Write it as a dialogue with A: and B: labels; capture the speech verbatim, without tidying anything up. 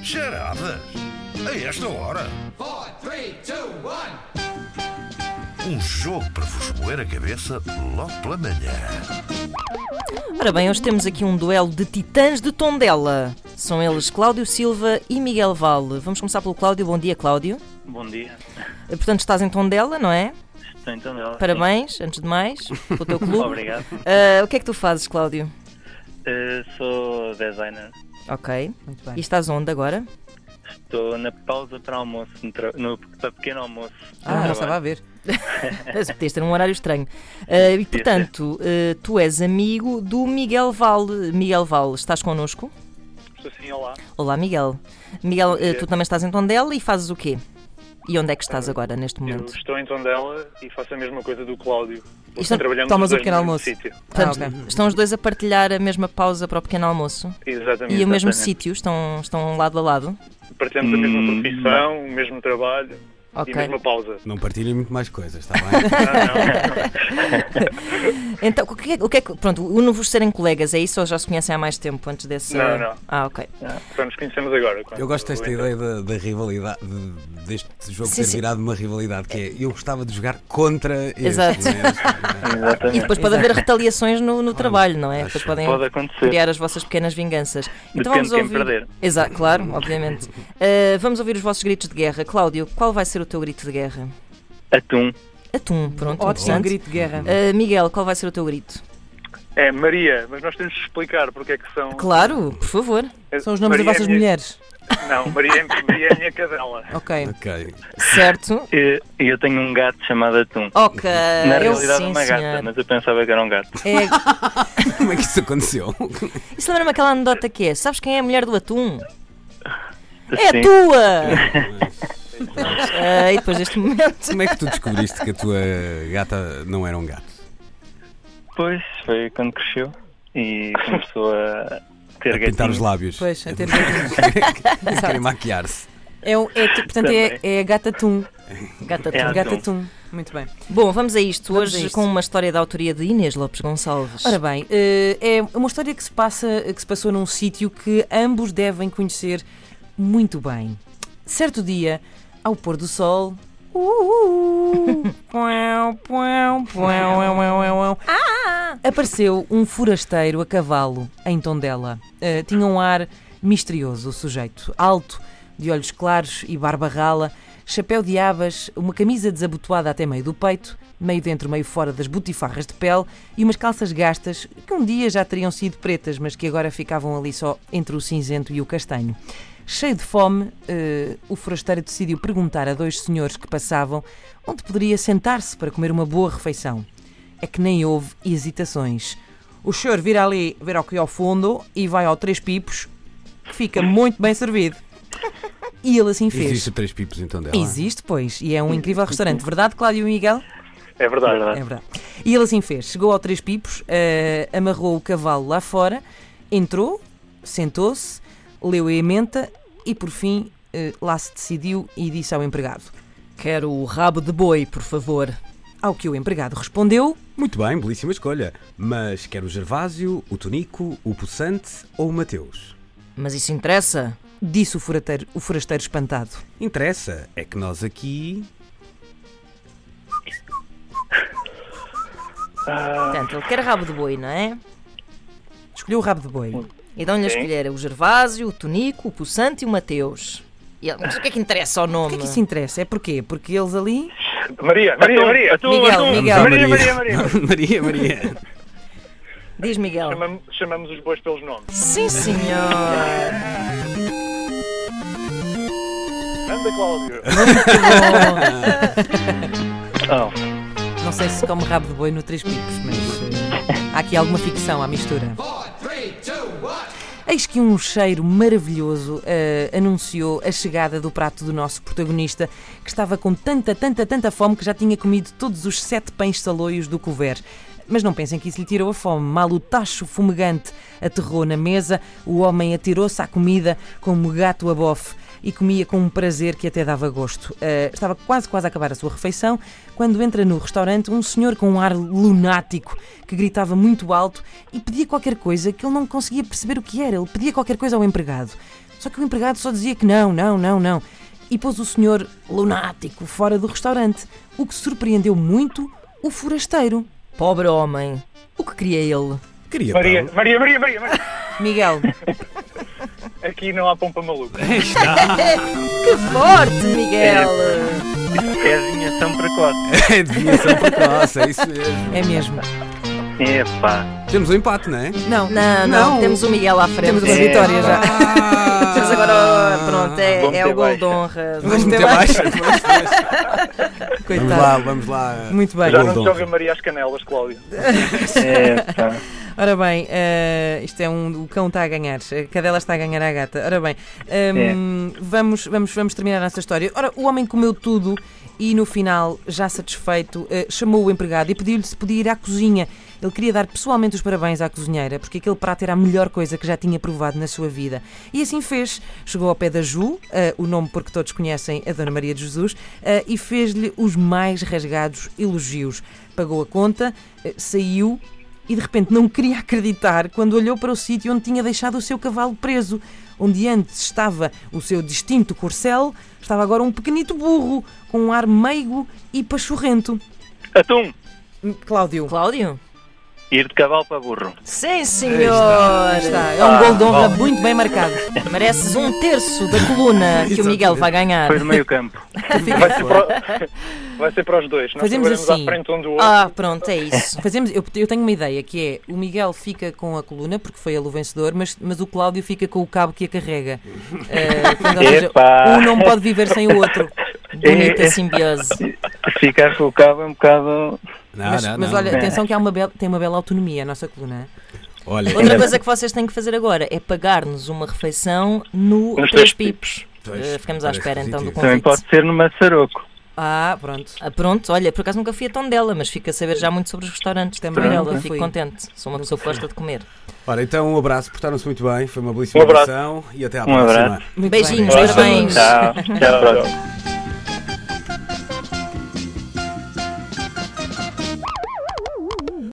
A: Charadas? A esta hora?
B: four, three, two, one.
A: Um jogo para vos moer a cabeça logo pela manhã.
C: Ora bem, hoje temos aqui um duelo de titãs de Tondela. São eles Cláudio Silva e Miguel Vale. Vamos começar pelo Cláudio. Bom dia, Cláudio.
D: Bom dia.
C: Portanto, estás em Tondela, não é?
D: Estou em Tondela.
C: Parabéns, antes de mais, pelo teu clube.
D: Obrigado.
C: Uh, o que é que tu fazes, Cláudio?
D: Uh, sou designer.
C: Ok.
E: Muito bem.
C: E estás onde agora?
D: Estou na pausa para almoço, no, tra... no para pequeno almoço.
E: Ah, não estava a ver.
C: Mas podias ter um horário estranho. Uh, e, portanto, uh, tu és amigo do Miguel Vale. Miguel Vale, estás connosco?
F: Estou sim, olá.
C: Olá, Miguel. Miguel, uh, tu também estás em Tondela e fazes o quê? E onde é que estás agora, neste
F: Eu
C: momento?
F: estou em Tondela e faço a mesma coisa do Cláudio.
C: Isto-
F: Trabalhamos
E: tomas
F: os
E: um
F: dois
E: pequeno
F: no mesmo
E: almoço.
F: sítio.
C: Portanto,
E: Ah, ok.
C: estão os dois a partilhar a mesma pausa para o pequeno almoço?
F: Exatamente.
C: E o mesmo
D: Exatamente.
C: sítio? Estão, estão lado a lado?
F: Partilhamos a mesma
D: Hum,
F: profissão, o mesmo trabalho
C: Ok.
F: e a mesma pausa.
G: Não partilhem muito mais coisas, está bem?
C: Então, o que é, o que é que... Pronto, o não vos serem colegas, é isso ou já se conhecem há mais tempo antes desse...
F: Não, não.
C: Ah, ok.
F: Só nos conhecemos agora.
G: Eu gosto desta ideia da, da rivalidade, de- deste jogo
C: Sim,
G: ter
C: sim.
G: virado uma rivalidade, que é, eu gostava de jogar contra este.
C: Exato.
G: não é?
C: E
D: Exatamente.
C: depois pode haver retaliações no, no trabalho, não é?
G: acho
C: Depois
G: que
C: podem
D: Pode acontecer.
C: criar as vossas pequenas vinganças. Então
D: Depende
C: vamos
D: de quem
C: ouvir...
D: perder.
C: Exato, claro, obviamente. Uh, vamos ouvir os vossos gritos de guerra. Cláudio, qual vai ser o teu grito de guerra?
D: Atum.
C: Atum, pronto,
E: Ótimo
C: interessante.
E: grito de guerra.
C: Uh, Miguel, qual vai ser o teu grito?
F: É Maria, mas nós temos de explicar porque é que são...
C: Claro, por favor.
E: São os nomes
F: Maria
E: das vossas
F: é minha-
E: mulheres.
F: Não, Maria, é- Maria é a minha cadela.
E: Ok.
G: Ok.
C: Certo.
D: E eu tenho um gato chamado Atum.
C: Ok.
D: Na
C: eu,
D: realidade é
C: sim,
D: uma gata,
C: senhor.
D: mas eu pensava que era um gato.
C: É...
G: Como é que isso aconteceu?
C: Isso lembra-me aquela anedota que é: sabes quem é a mulher do atum? É a
D: Sim.
C: tua! Ah, e depois deste momento.
G: Como é que tu descobriste que a tua gata não era um gato?
D: Pois, foi quando cresceu e começou a ter
G: A pintar os
D: gatinhos.
G: lábios.
E: Pois, a ter
G: Querem maquiar-se.
E: É, o- é, portanto, é, é a gata Tum.
C: Gata
D: É
C: atum.
D: a-
E: Gata
D: Atum.
E: Tum. Muito bem.
C: Bom, vamos a isto.
E: Vamos
C: Hoje
E: a isto.
C: com uma história da autoria de Inês Lopes Gonçalves.
E: Ora bem, eh, é uma história que se, passa, que se passou num sítio que ambos devem conhecer muito bem. Certo dia, ao pôr do sol. Uh, uh, uh, puau, puau, puau, uau, uau, uau, uau. Apareceu um forasteiro a cavalo em Tondela. Eh, tinha um ar misterioso o sujeito, alto, de olhos claros e barba rala, chapéu de abas, uma camisa desabotoada até meio do peito, meio dentro, meio fora das botifarras de pele e umas calças gastas que um dia já teriam sido pretas, mas que agora ficavam ali só entre o cinzento e o castanho. Cheio de fome, eh, o forasteiro decidiu perguntar a dois senhores que passavam onde poderia sentar-se para comer uma boa refeição. É que nem houve hesitações. O senhor vira ali, vira aqui ao fundo e vai ao Três Pipos, que fica muito bem servido. E ele assim fez.
G: Existe três pipos então dela?
E: Existe, pois, e é um incrível restaurante. Verdade, Cláudio e Miguel?
F: É verdade.
D: Verdade.
E: É verdade. E ele assim fez. Chegou ao Três Pipos, eh, amarrou o cavalo lá fora, entrou, sentou-se, leu a ementa e, por fim, eh, lá se decidiu e disse ao empregado.
C: Quero o rabo de boi, por favor.
E: Ao que o empregado respondeu:
G: Muito bem, belíssima escolha. Mas quer o Gervásio, o Tonico, o Poçante ou o Mateus?
C: Mas isso interessa?
E: disse o forasteiro, o forasteiro espantado.
G: Interessa, é que nós aqui...
C: Portanto, ele quer rabo de boi, não é?
E: Escolheu o rabo de boi.
C: E dão-lhe a
F: Sim.
C: escolher o Gervásio, o Tonico, o Poçante e o Mateus. E ele, mas o que é que interessa ao
E: O
C: nome?
E: que é que isso interessa? É porquê? Porque eles ali...
F: Maria, Maria,
D: Atum,
F: Maria.
D: atum,
E: Miguel,
D: atum.
E: Miguel.
F: Maria, Maria, Maria.
G: Maria, Maria.
C: Diz, Miguel.
F: Chamamos, chamamos os bois pelos nomes.
C: Sim, senhor.
F: Anda, Cláudio.
D: Oh,
E: Não sei se come rabo de boi no Três Pipos, mas eh, há aqui alguma ficção à mistura.
B: four, three, two, one.
E: Eis que um cheiro maravilhoso eh, anunciou a chegada do prato do nosso protagonista, que estava com tanta, tanta, tanta fome que já tinha comido todos os sete pães saloios do couvert. Mas não pensem que isso lhe tirou a fome. Mal o tacho fumegante aterrou na mesa, o homem atirou-se à comida como gato a bofe e comia com um prazer que até dava gosto. Uh, estava quase, quase a acabar a sua refeição, quando entra no restaurante um senhor com um ar lunático, que gritava muito alto e pedia qualquer coisa que ele não conseguia perceber o que era. Ele pedia qualquer coisa ao empregado. Só que o empregado só dizia que não, não, não, não. E pôs o senhor lunático fora do restaurante, o que surpreendeu muito o forasteiro.
C: Pobre homem. O que queria ele?
G: Queria
F: Maria,
G: pão.
F: Maria, Maria, Maria, Maria.
E: Miguel,
F: Aqui não há pompa maluca.
C: Que forte, Miguel!
D: É adivinhação precoce.
G: É adivinhação precoce, é isso mesmo.
E: é mesmo.
D: Epá.
G: Temos um empate, não é?
E: Não,
C: Não, não,
G: Não.
C: temos o Miguel à frente.
E: temos uma
D: É.
E: vitória já.
C: Mas agora, pronto, é,
F: Vamos
C: é
F: ter
C: o gol de
F: baixa.
C: honra.
G: Vamos meter baixa. Vamos, vamos. Vamos
E: Coitado.
G: lá, vamos lá.
E: Muito bem.
F: Já
G: Gol
F: não
G: de
F: te joga
G: honra.
F: Maria às canelas, Cláudio.
D: Epá.
E: Ora bem, eh, isto é um. O cão está a ganhar, a cadela está a ganhar à gata. Ora bem, hum, vamos, vamos, vamos terminar a nossa história. Ora, o homem comeu tudo e no final, já satisfeito, eh, chamou o empregado e pediu-lhe se podia ir à cozinha. Ele queria dar pessoalmente os parabéns à cozinheira, porque aquele prato era a melhor coisa que já tinha provado na sua vida. E assim fez. Chegou ao pé da Ju, eh, o nome porque todos conhecem a Dona Maria de Jesus, eh, e fez-lhe os mais rasgados elogios. Pagou a conta, eh, saiu e de repente não queria acreditar quando olhou para o sítio onde tinha deixado o seu cavalo preso. Onde antes estava o seu distinto corcel, estava agora um pequenito burro, com um ar meigo e pachorrento.
F: Atum,
E: Hum, Cláudio.
C: Cláudio?
D: Ir de cavalo para burro.
C: Sim, senhor!
E: Está, é um gol de honra muito bem marcado.
C: Mereces um terço da coluna que o Miguel vai ganhar.
D: Foi do meio campo.
F: vai ser, para, vai ser para os dois. Nós
E: Fazemos
F: trabalhamos
E: assim.
F: à frente um do outro.
C: Ah, pronto, é isso.
E: Fazemos, eu, eu tenho uma ideia, que é o Miguel fica com a coluna, porque foi ele o vencedor, mas, mas o Cláudio fica com o cabo que a carrega. Eh, portanto, ou seja,
D: Epá.
E: um não pode viver sem o outro.
C: Bonita
D: É, é.
C: simbiose.
D: Ficar com o cabo é um bocado.
G: Não,
E: Mas,
G: não,
E: mas
G: não.
E: olha, atenção que há uma bela- tem uma bela autonomia a nossa coluna.
G: Olha,
C: Outra coisa que vocês têm que fazer agora é pagar-nos uma refeição no
F: Nos
C: Três
F: Três
C: Pipos.
G: Pois,
C: Eh, ficamos à
G: parece
C: espera então do
G: positivo.
D: Também
C: convite.
D: pode ser no Massaroco.
E: Ah, pronto.
C: Ah, pronto, olha, por acaso nunca fui a Tondela, mas fico a saber já muito sobre os restaurantes
E: Também
C: também.
E: nunca
C: Ela fico
E: fui.
C: contente. Sou uma pessoa que gosta de comer.
G: Ora, então um abraço, portaram-se muito bem, foi uma belíssima
F: Um abraço.
G: edição e até à
D: Um
G: próxima.
D: abraço.
E: Muito
C: Beijinhos,
E: bem.
C: parabéns.
D: Tchau. Até à próxima.